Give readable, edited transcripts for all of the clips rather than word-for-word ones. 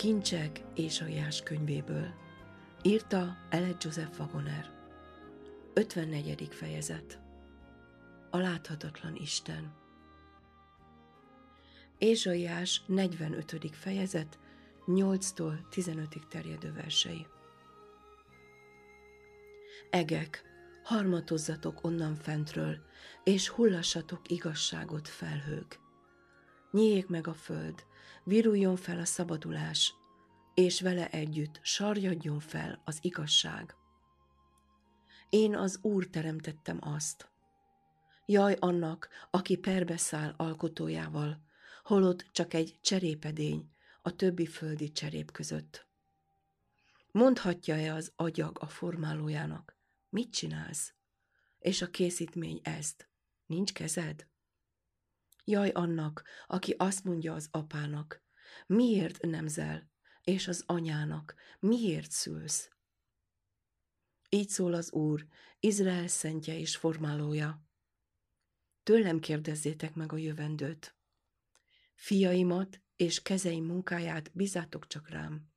Kincsek Ézsaiás könyvéből. Írta Eled Joseph Wagoner. 54. fejezet. A láthatatlan Isten. Ézsaiás 45. fejezet 8-tól 15-ig terjedő versei. Egek, harmatozzatok onnan fentről, és hullassatok igazságot, felhők. Nyíljék meg a föld, viruljon fel a szabadulás, és vele együtt sarjadjon fel az igazság. Én az Úr teremtettem azt. Jaj annak, aki perbe száll alkotójával, holott csak egy cserépedény a többi földi cserép között. Mondhatja-e az agyag a formálójának, mit csinálsz? És a készítmény ezt, nincs kezed? Jaj annak, aki azt mondja az apának, miért nemzel, és az anyának, miért szülsz? Így szól az Úr, Izrael szentje és formálója. Tőlem kérdezzétek meg a jövendőt. Fiaimat és kezeim munkáját bízzátok csak rám.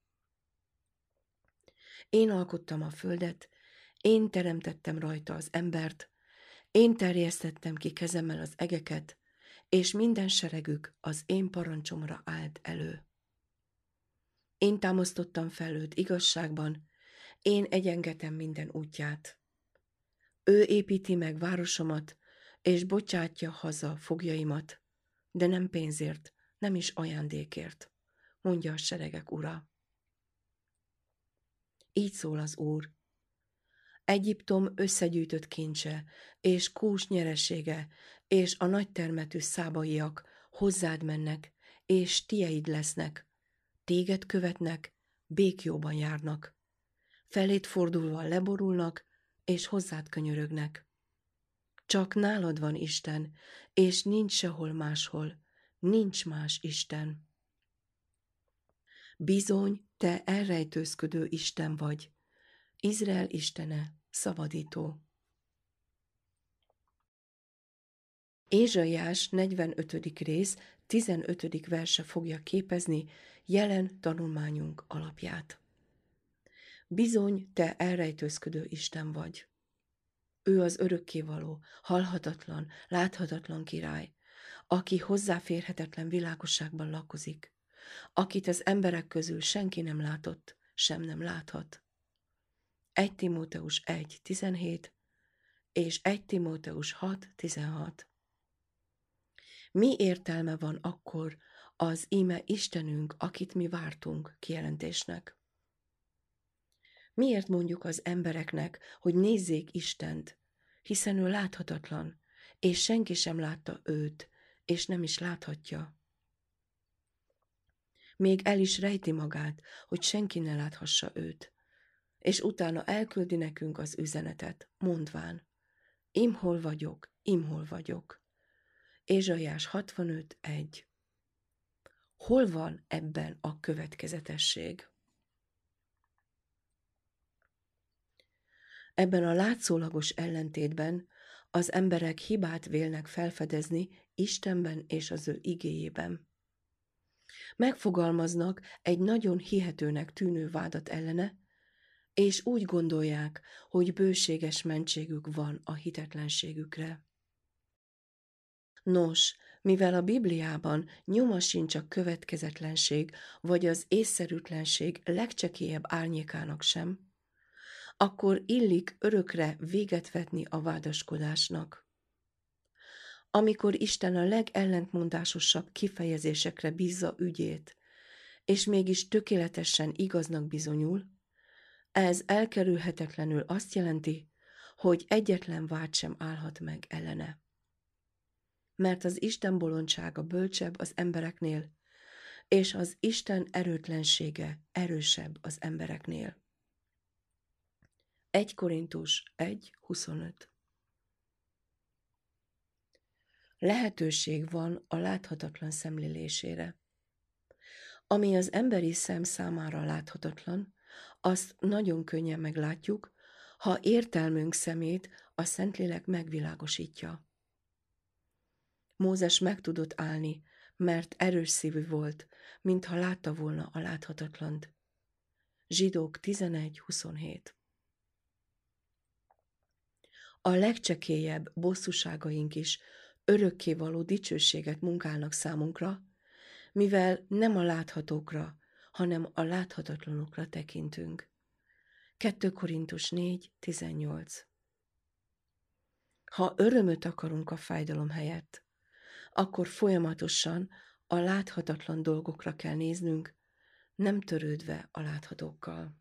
Én alkottam a földet, én teremtettem rajta az embert, én terjesztettem ki kezemmel az egeket, és minden seregük az én parancsomra állt elő. Én támasztottam fel őt igazságban, én egyengetem minden útját. Ő építi meg városomat, és bocsátja haza foglyaimat, de nem pénzért, nem is ajándékért, mondja a seregek ura. Így szól az Úr. Egyiptom összegyűjtött kincse, és Kús nyeresége, és a nagytermetű szábaiak hozzád mennek, és tieid lesznek, téged követnek, békjóban járnak. Feléd fordulva leborulnak, és hozzád könyörögnek. Csak nálad van Isten, és nincs sehol máshol, nincs más Isten. Bizony, te elrejtőzködő Isten vagy, Izrael Istene, szabadító. Ézsaiás 45. rész 15. verse fogja képezni jelen tanulmányunk alapját. Bizony, te elrejtőzködő Isten vagy. Ő az örökkévaló, halhatatlan, láthatatlan király, aki hozzáférhetetlen világosságban lakozik, akit az emberek közül senki nem látott, sem nem láthat. 1 Timóteus 1.17 és 1 Timóteus 6.16. Mi értelme van akkor az íme Istenünk, akit mi vártunk kijelentésnek? Miért mondjuk az embereknek, hogy nézzék Istent, hiszen ő láthatatlan, és senki sem látta őt, és nem is láthatja. Még el is rejti magát, hogy senki ne láthassa őt, és utána elküldi nekünk az üzenetet, mondván, imhol vagyok, imhol vagyok. Ézsaiás 65.1. Hol van ebben a következetesség? Ebben a látszólagos ellentétben az emberek hibát vélnek felfedezni Istenben és az ő igéjében. Megfogalmaznak egy nagyon hihetőnek tűnő vádat ellene, és úgy gondolják, hogy bőséges mentségük van a hitetlenségükre. Nos, mivel a Bibliában nyoma sincs a következetlenség vagy az észszerűtlenség legcsekélyebb árnyékának sem, akkor illik örökre véget vetni a vádaskodásnak. Amikor Isten a legellentmondásosabb kifejezésekre bízza ügyét, és mégis tökéletesen igaznak bizonyul, ez elkerülhetetlenül azt jelenti, hogy egyetlen vád sem állhat meg ellene. Mert az Isten bolondsága bölcsebb az embereknél, és az Isten erőtlensége erősebb az embereknél. 1 Korintus 1.25. Lehetőség van a láthatatlan szemlélésére. Ami az emberi szem számára láthatatlan, azt nagyon könnyen meglátjuk, ha értelmünk szemét a Szentlélek megvilágosítja. Mózes meg tudott állni, mert erős szívű volt, mintha látta volna a láthatatlant. Zsidók 11:27. A legcsekélyebb bosszúságaink is örökkévaló dicsőséget munkálnak számunkra, mivel nem a láthatókra, hanem a láthatatlanokra tekintünk. 2 Korintus 4:18. Ha örömöt akarunk a fájdalom helyett, akkor folyamatosan a láthatatlan dolgokra kell néznünk, nem törődve a láthatókkal.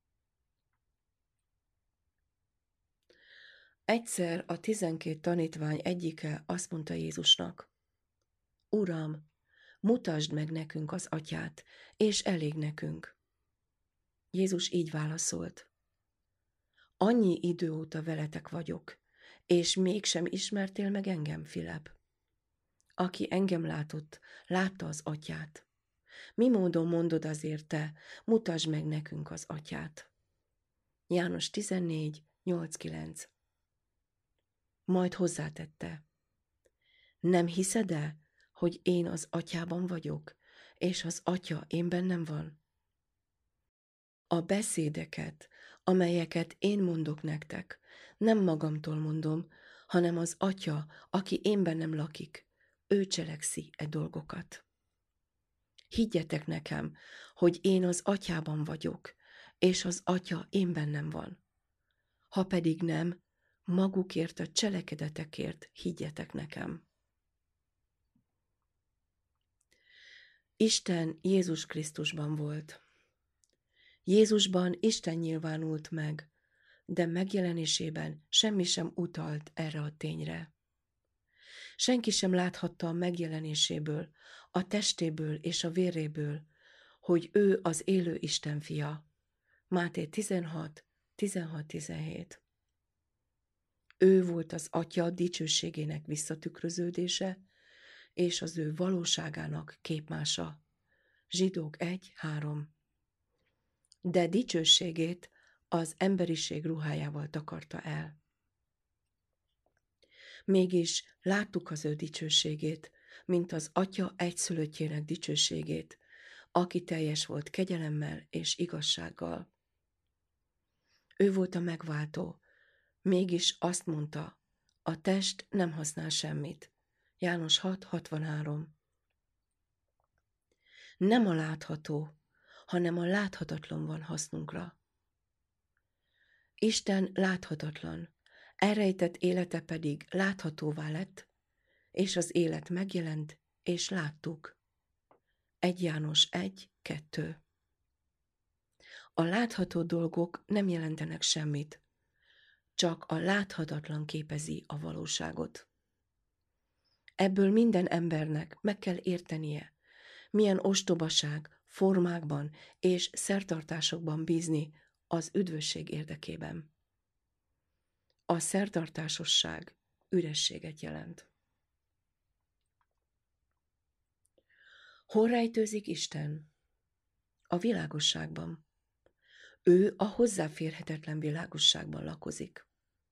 Egyszer a 12 tanítvány egyike azt mondta Jézusnak: Uram, mutasd meg nekünk az Atyát, és elég nekünk. Jézus így válaszolt: Annyi idő óta veletek vagyok, és mégsem ismertél meg engem, Filip? Aki engem látott, látta az Atyát. Mi módon mondod azért te, mutasd meg nekünk az Atyát? János 14:8-9. Majd hozzátette: Nem hiszed-e, hogy én az Atyában vagyok, és az Atya én bennem van? A beszédeket, amelyeket én mondok nektek, nem magamtól mondom, hanem az Atya, aki én bennem lakik, ő cselekszi e dolgokat. Higgyetek nekem, hogy én az Atyában vagyok, és az Atya én bennem van. Ha pedig nem, magukért a cselekedetekért higgyetek nekem. Isten Jézus Krisztusban volt. Jézusban Isten nyilvánult meg, de megjelenésében semmi sem utalt erre a tényre. Senki sem láthatta a megjelenéséből, a testéből és a véréből, hogy ő az élő Isten fia. Máté 16:16-17. Ő volt az Atya dicsőségének visszatükröződése, és az ő valóságának képmása. Zsidók 1:3. De dicsőségét az emberiség ruhájával takarta el. Mégis láttuk az ő dicsőségét, mint az Atya egyszülöttjének dicsőségét, aki teljes volt kegyelemmel és igazsággal. Ő volt a megváltó, mégis azt mondta, a test nem használ semmit. János 6:63. Nem a látható, hanem a láthatatlan van hasznunkra. Isten láthatatlan, elrejtett élete pedig láthatóvá lett, és az élet megjelent, és láttuk. 1 János 1:2. A látható dolgok nem jelentenek semmit, csak a láthatatlan képezi a valóságot. Ebből minden embernek meg kell értenie, milyen ostobaság formákban és szertartásokban bízni az üdvösség érdekében. A szertartásosság ürességet jelent. Hol rejtőzik Isten? A világosságban. Ő a hozzáférhetetlen világosságban lakozik.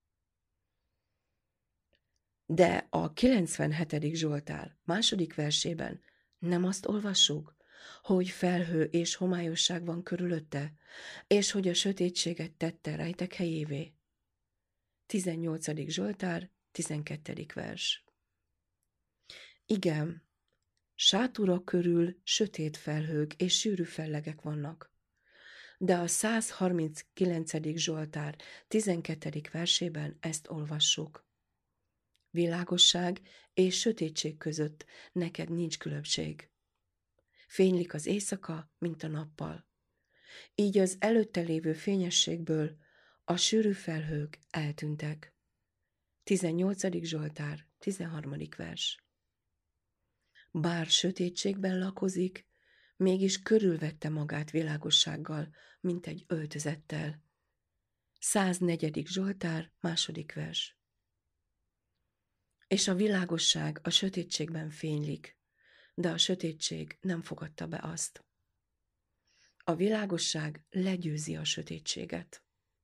De a 97. Zsoltár 2. versében nem azt olvassuk, hogy felhő és homályosság van körülötte, és hogy a sötétséget tette rejtek helyévé. 18. Zsoltár 12. vers. Igen, sátura körül sötét felhők és sűrű fellegek vannak. De a 139. Zsoltár 12. versében ezt olvassuk. Világosság és sötétség között neked nincs különbség. Fénylik az éjszaka, mint a nappal. Így az előtte lévő fényességből a sűrű felhők eltűntek. 18. Zsoltár 13. vers. Bár sötétségben lakozik, mégis körülvette magát világossággal, mint egy öltözettel. 104. Zsoltár 2. vers. És a világosság a sötétségben fénylik, de a sötétség nem fogadta be azt. A világosság legyőzi a sötétséget.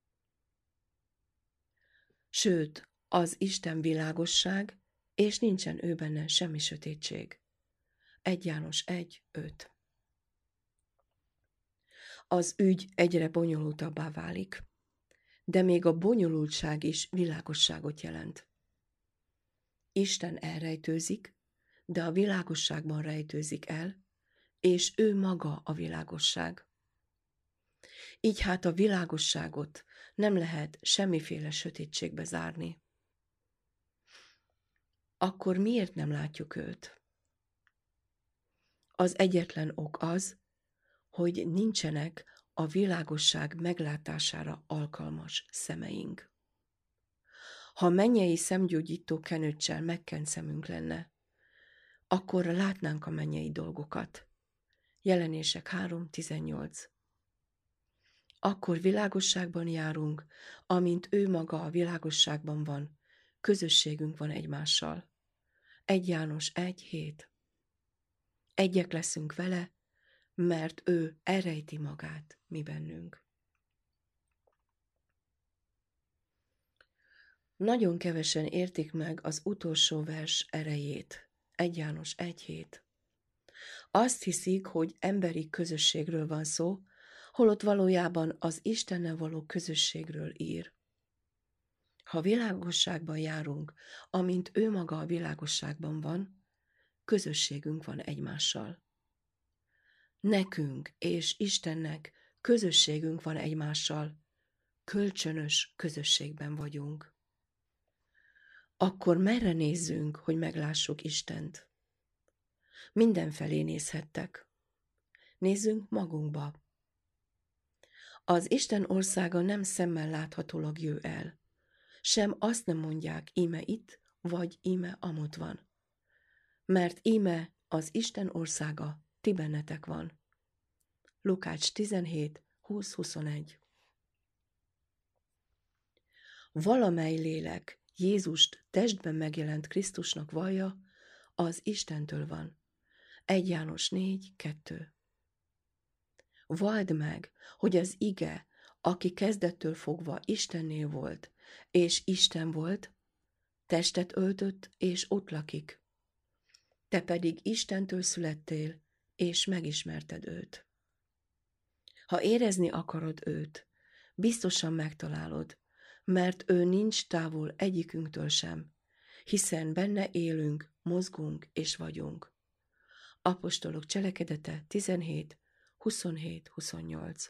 Sőt, az Isten világosság, és nincsen ő benne semmi sötétség. 1 János 1:5. Az ügy egyre bonyolultabbá válik, de még a bonyolultság is világosságot jelent. Isten elrejtőzik, de a világosságban rejtőzik el, és ő maga a világosság. Így hát a világosságot nem lehet semmiféle sötétségbe zárni. Akkor miért nem látjuk őt? Az egyetlen ok az, hogy nincsenek a világosság meglátására alkalmas szemeink. Ha mennyei szemgyógyító kenőccsel megkent szemünk lenne, akkor látnánk a mennyei dolgokat. Jelenések 3:18. Akkor világosságban járunk, amint ő maga a világosságban van, közösségünk van egymással. 1 János 1:7. Egyek leszünk vele, mert ő elrejti magát mi bennünk. Nagyon kevesen értik meg az utolsó vers erejét. 1 János 1:7. Azt hiszik, hogy emberi közösségről van szó, holott valójában az Istennel való közösségről ír. Ha világosságban járunk, amint ő maga a világosságban van, közösségünk van egymással. Nekünk és Istennek közösségünk van egymással, kölcsönös közösségben vagyunk. Akkor merre nézzünk, hogy meglássuk Istent? Mindenfelé nézhettek. Nézzünk magunkba. Az Isten országa nem szemmel láthatólag jő el. Sem azt nem mondják, íme itt, vagy íme amott van. Mert íme az Isten országa ti bennetek van. Lukács 17:20-21. Valamely lélek Jézust testben megjelent Krisztusnak vallja, az Istentől van. 1 János 4:2. Valld meg, hogy az ige, aki kezdettől fogva Istennél volt, és Isten volt, testet öltött, és ott lakik. Te pedig Istentől születtél, és megismerted őt. Ha érezni akarod őt, biztosan megtalálod, mert ő nincs távol egyikünktől sem, hiszen benne élünk, mozgunk és vagyunk. Apostolok cselekedete 17:27-28.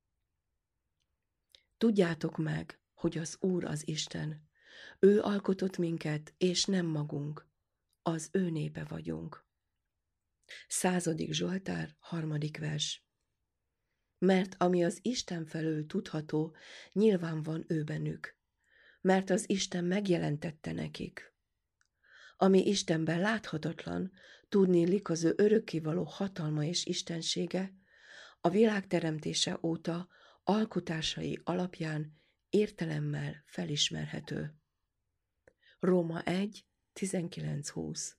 Tudjátok meg, hogy az Úr az Isten. Ő alkotott minket, és nem magunk. Az ő népe vagyunk. 100. Zsoltár 3. vers. Mert ami az Isten felől tudható, nyilván van ő bennük, mert az Isten megjelentette nekik. Ami Istenben láthatatlan, tudniillik az ő örökkévaló hatalma és istensége, a világ teremtése óta alkotásai alapján értelemmel felismerhető. Róma 1:19-20.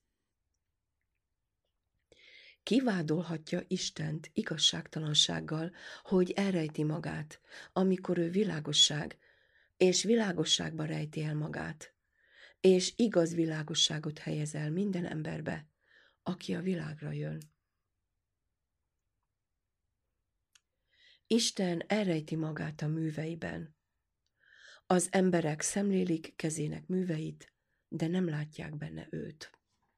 Ki vádolhatja Istent igazságtalansággal, hogy elrejti magát, amikor ő világosság, és világosságba rejti el magát, és igaz világosságot helyez el minden emberbe, aki a világra jön. Isten elrejti magát a műveiben. Az emberek szemlélik kezének műveit, de nem látják benne őt.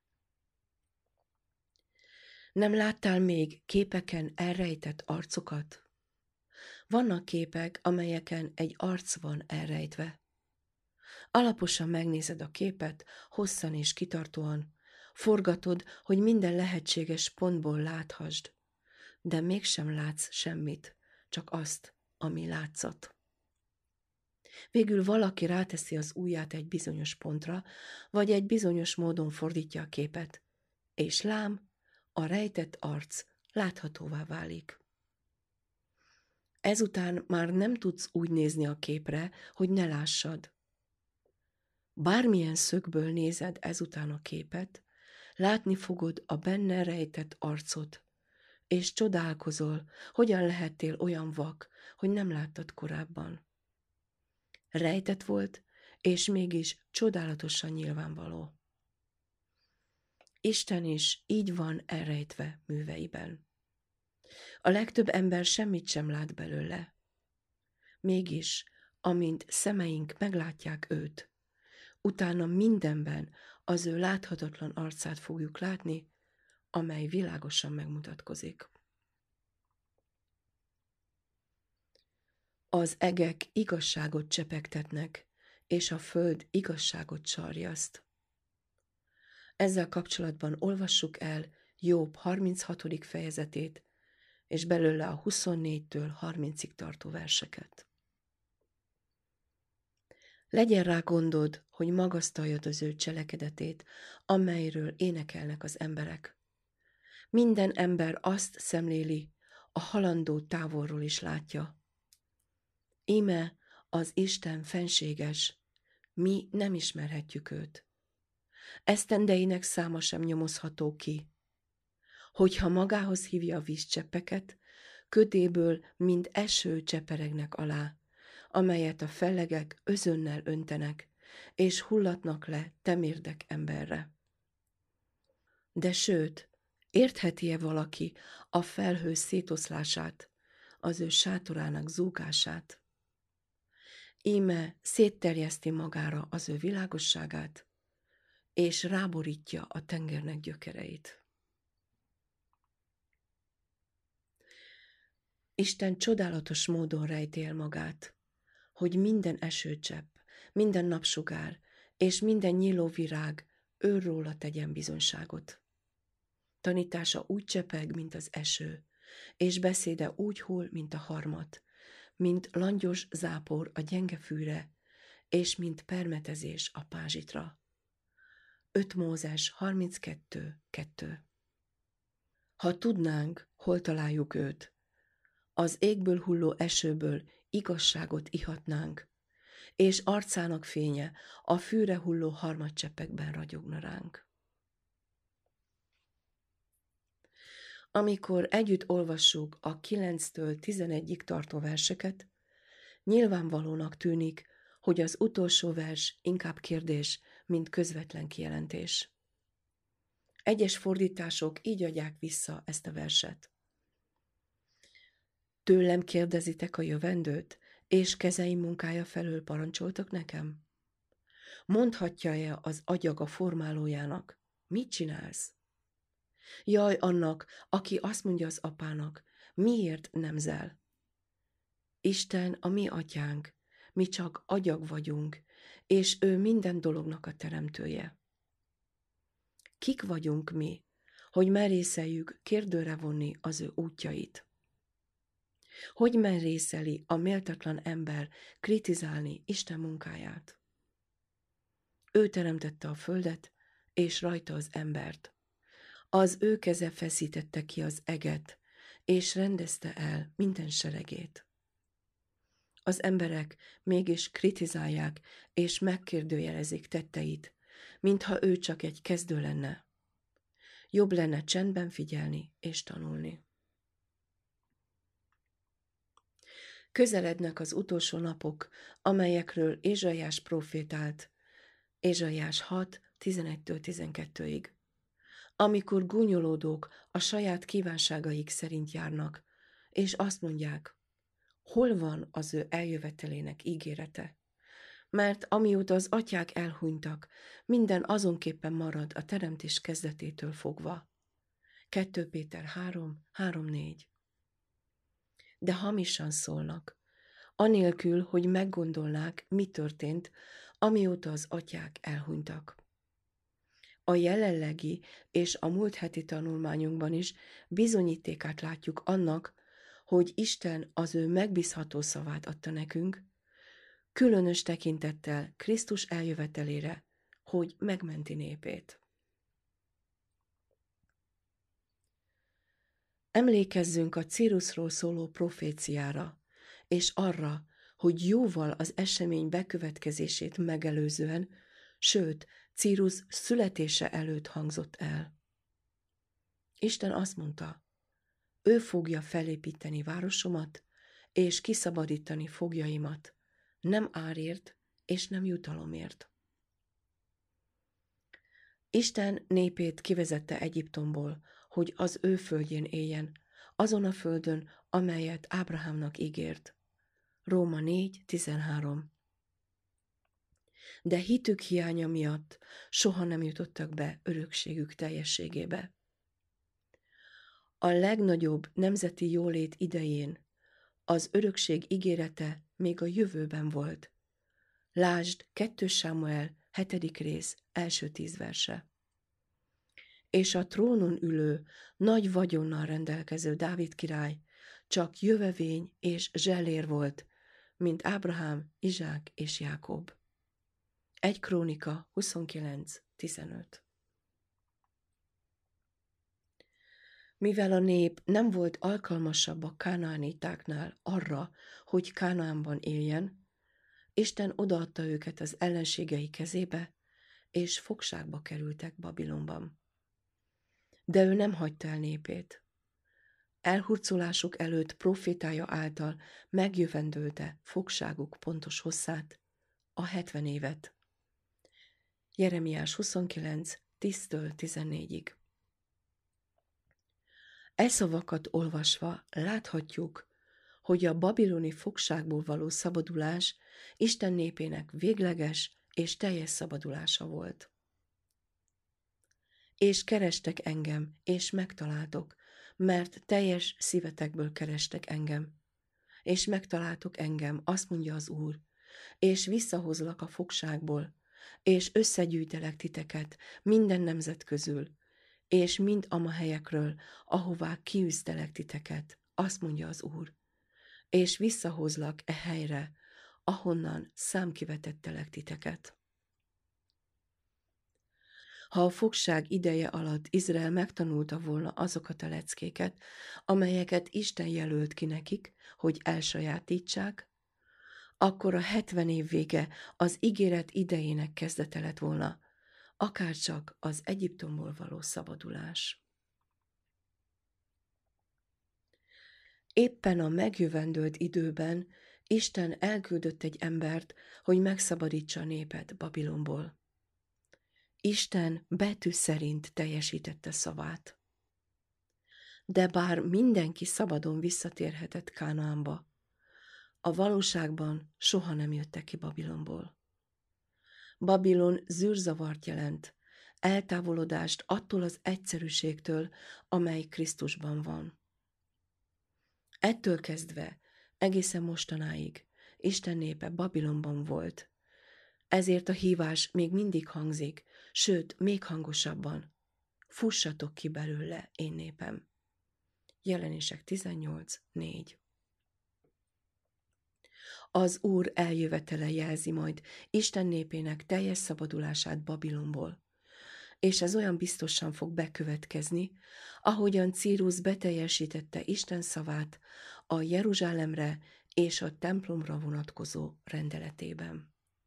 Nem láttál még képeken elrejtett arcokat? Vannak képek, amelyeken egy arc van elrejtve. Alaposan megnézed a képet, hosszan és kitartóan, forgatod, hogy minden lehetséges pontból láthassd, de mégsem látsz semmit, csak azt, ami látszat. Végül valaki ráteszi az ujját egy bizonyos pontra, vagy egy bizonyos módon fordítja a képet, és lám, a rejtett arc láthatóvá válik. Ezután már nem tudsz úgy nézni a képre, hogy ne lássad. Bármilyen szögből nézed ezután a képet, látni fogod a benne rejtett arcot, és csodálkozol, hogyan lehettél olyan vak, hogy nem láttad korábban. Rejtett volt, és mégis csodálatosan nyilvánvaló. Isten is így van elrejtve műveiben. A legtöbb ember semmit sem lát belőle. Mégis, amint szemeink meglátják őt, utána mindenben az ő láthatatlan arcát fogjuk látni, amely világosan megmutatkozik. Az egek igazságot csepegtetnek, és a föld igazságot sarjaszt. Ezzel kapcsolatban olvassuk el Jobb 36. fejezetét, és belőle a 24-től 30-ig tartó verseket. Legyen rá gondod, hogy magasztaljad az ő cselekedetét, amelyről énekelnek az emberek. Minden ember azt szemléli, a halandó távolról is látja. Íme az Isten fenséges, mi nem ismerhetjük őt. Esztendeinek száma sem nyomozható ki. Hogyha magához hívja a vízcseppeket, ködéből, mint eső cseperegnek alá, amelyet a fellegek özönnel öntenek, és hullatnak le temérdek emberre. De sőt, értheti-e valaki a felhő szétoszlását, az ő sátorának zúgását? Íme szétterjeszti magára az ő világosságát, és ráborítja a tengernek gyökereit. Isten csodálatos módon rejti el magát, hogy minden esőcsepp, minden napsugár és minden nyíló virág őróla tegyen bizonyságot. Tanítása úgy csepeg, mint az eső, és beszéde úgy hull, mint a harmat, mint langyos zápor a gyenge fűre, és mint permetezés a pázsitra. 5 Mózes 32:2. Ha tudnánk, hol találjuk őt, az égből hulló esőből igazságot ihatnánk, és arcának fénye a fűre hulló harmatcseppekben ragyogna ránk. Amikor együtt olvassuk a 9-től 11-ig tartó verseket, nyilvánvalónak tűnik, hogy az utolsó vers inkább kérdés, mint közvetlen kijelentés. Egyes fordítások így adják vissza ezt a verset. Tőlem kérdezitek a jövendőt, és kezeim munkája felől parancsoltok nekem? Mondhatja-e az agyag a formálójának, mit csinálsz? Jaj annak, aki azt mondja az apának, miért nemzel? Isten a mi atyánk, mi csak agyag vagyunk, és ő minden dolognak a teremtője. Kik vagyunk mi, hogy merészeljük kérdőre vonni az ő útjait? Hogy merészeli a méltatlan ember kritizálni Isten munkáját? Ő teremtette a földet, és rajta az embert. Az ő keze feszítette ki az eget, és rendezte el minden seregét. Az emberek mégis kritizálják és megkérdőjelezik tetteit, mintha ő csak egy kezdő lenne. Jobb lenne csendben figyelni és tanulni. Közelednek az utolsó napok, amelyekről Ézsaiás profétált, Ézsaiás 6, 11-12-ig. Amikor gúnyolódók a saját kívánságaik szerint járnak, és azt mondják, hol van az ő eljövetelének ígérete? Mert amióta az atyák elhunytak, minden azonképpen marad a teremtés kezdetétől fogva. 2 Péter 3, 3-4. De hamisan szólnak, anélkül, hogy meggondolnák, mi történt, amióta az atyák elhunytak. A jelenlegi és a múlt heti tanulmányunkban is bizonyítékát látjuk annak, hogy Isten az ő megbízható szavát adta nekünk, különös tekintettel Krisztus eljövetelére, hogy megmenti népét. Emlékezzünk a Círuszról szóló proféciára, és arra, hogy jóval az esemény bekövetkezését megelőzően, sőt, Círusz születése előtt hangzott el. Isten azt mondta, ő fogja felépíteni városomat, és kiszabadítani foglyaimat, nem árért és nem jutalomért. Isten népét kivezette Egyiptomból, hogy az ő földjén éljen, azon a földön, amelyet Ábrahámnak ígért. Róma 4:13. De hitük hiánya miatt soha nem jutottak be örökségük teljességébe. A legnagyobb nemzeti jólét idején az örökség ígérete még a jövőben volt. Lásd 2 Sámuel 7. rész első 10 verse. És a trónon ülő, nagy vagyonnal rendelkező Dávid király csak jövevény és zsellér volt, mint Ábrahám, Izsák és Jákob. 1 Krónika 29:15. Mivel a nép nem volt alkalmasabb a kánaánitáknál arra, hogy Kánaánban éljen, Isten odaadta őket az ellenségei kezébe, és fogságba kerültek Babilonban. De ő nem hagyta el népét. Elhurcolásuk előtt profétája által megjövendölte fogságuk pontos hosszát, a 70 évet. Jeremiás 29, 10-14. E szavakat olvasva láthatjuk, hogy a babiloni fogságból való szabadulás Isten népének végleges és teljes szabadulása volt. És kerestek engem, és megtaláltok, mert teljes szívetekből kerestek engem. És megtaláltok engem, azt mondja az Úr, és visszahozlak a fogságból, és összegyűjtelek titeket minden nemzet közül, és mind amahelyekről, ahová kiűztelek titeket, azt mondja az Úr, és visszahozlak e helyre, ahonnan számkivetettelek titeket. Ha a fogság ideje alatt Izrael megtanulta volna azokat a leckéket, amelyeket Isten jelölt ki nekik, hogy elsajátítsák, akkor a 70 év vége az ígéret idejének kezdete lett volna, akárcsak az Egyiptomból való szabadulás. Éppen a megjövendölt időben Isten elküldött egy embert, hogy megszabadítsa a népet Babilonból. Isten betű szerint teljesítette szavát. De bár mindenki szabadon visszatérhetett Kánaánba, a valóságban soha nem jöttek ki Babilonból. Babilon zűrzavart jelent, eltávolodást attól az egyszerűségtől, amely Krisztusban van. Ettől kezdve egészen mostanáig Isten népe Babilonban volt. Ezért a hívás még mindig hangzik, sőt, még hangosabban. Fussatok ki belőle, én népem. Jelenések 18:4. Az Úr eljövetele jelzi majd Isten népének teljes szabadulását Babilonból, és ez olyan biztosan fog bekövetkezni, ahogyan Círusz beteljesítette Isten szavát a Jeruzsálemre és a templomra vonatkozó rendeletében.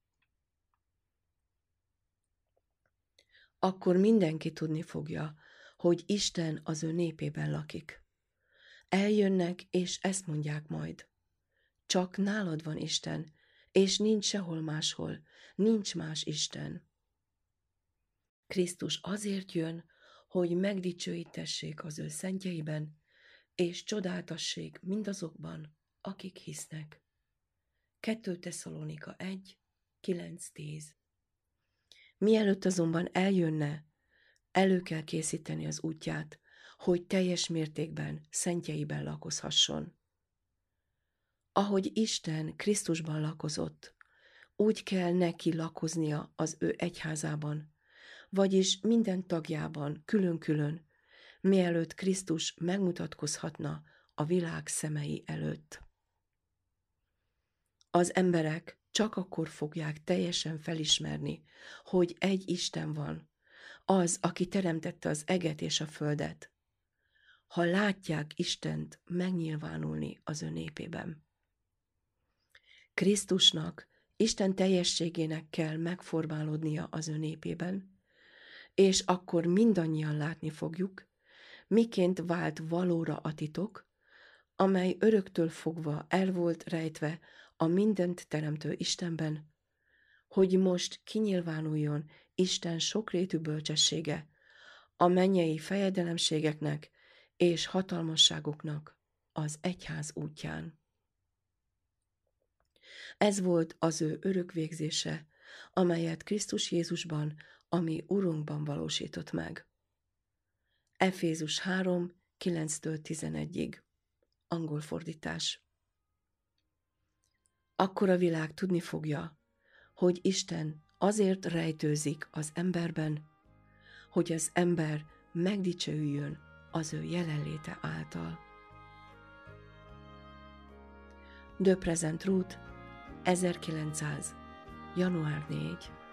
Akkor mindenki tudni fogja, hogy Isten az ő népében lakik. Eljönnek, és ezt mondják majd. Csak nálad van Isten, és nincs sehol máshol, nincs más Isten. Krisztus azért jön, hogy megdicsőítessék az ő szentjeiben, és csodáltassék mindazokban, akik hisznek. 2 Tesszalonika 1, 9-10. Mielőtt azonban eljönne, elő kell készíteni az útját, hogy teljes mértékben szentjeiben lakozhasson. Ahogy Isten Krisztusban lakozott, úgy kell neki lakoznia az ő egyházában, vagyis minden tagjában külön-külön, mielőtt Krisztus megmutatkozhatna a világ szemei előtt. Az emberek csak akkor fogják teljesen felismerni, hogy egy Isten van, az, aki teremtette az eget és a földet, ha látják Istent megnyilvánulni az ő népében. Krisztusnak, Isten teljességének kell megformálódnia az ő népében, és akkor mindannyian látni fogjuk, miként vált valóra a titok, amely öröktől fogva el volt rejtve a mindent teremtő Istenben, hogy most kinyilvánuljon Isten sokrétű bölcsessége a mennyei fejedelemségeknek és hatalmasságoknak az egyház útján. Ez volt az ő örök végzése, amelyet Krisztus Jézusban, a mi Urunkban valósított meg. Efézus 3, 9-11. Angol fordítás. Akkor a világ tudni fogja, hogy Isten azért rejtőzik az emberben, hogy az ember megdicsőüljön az ő jelenléte által. De Present Ruth, 1900. január 4.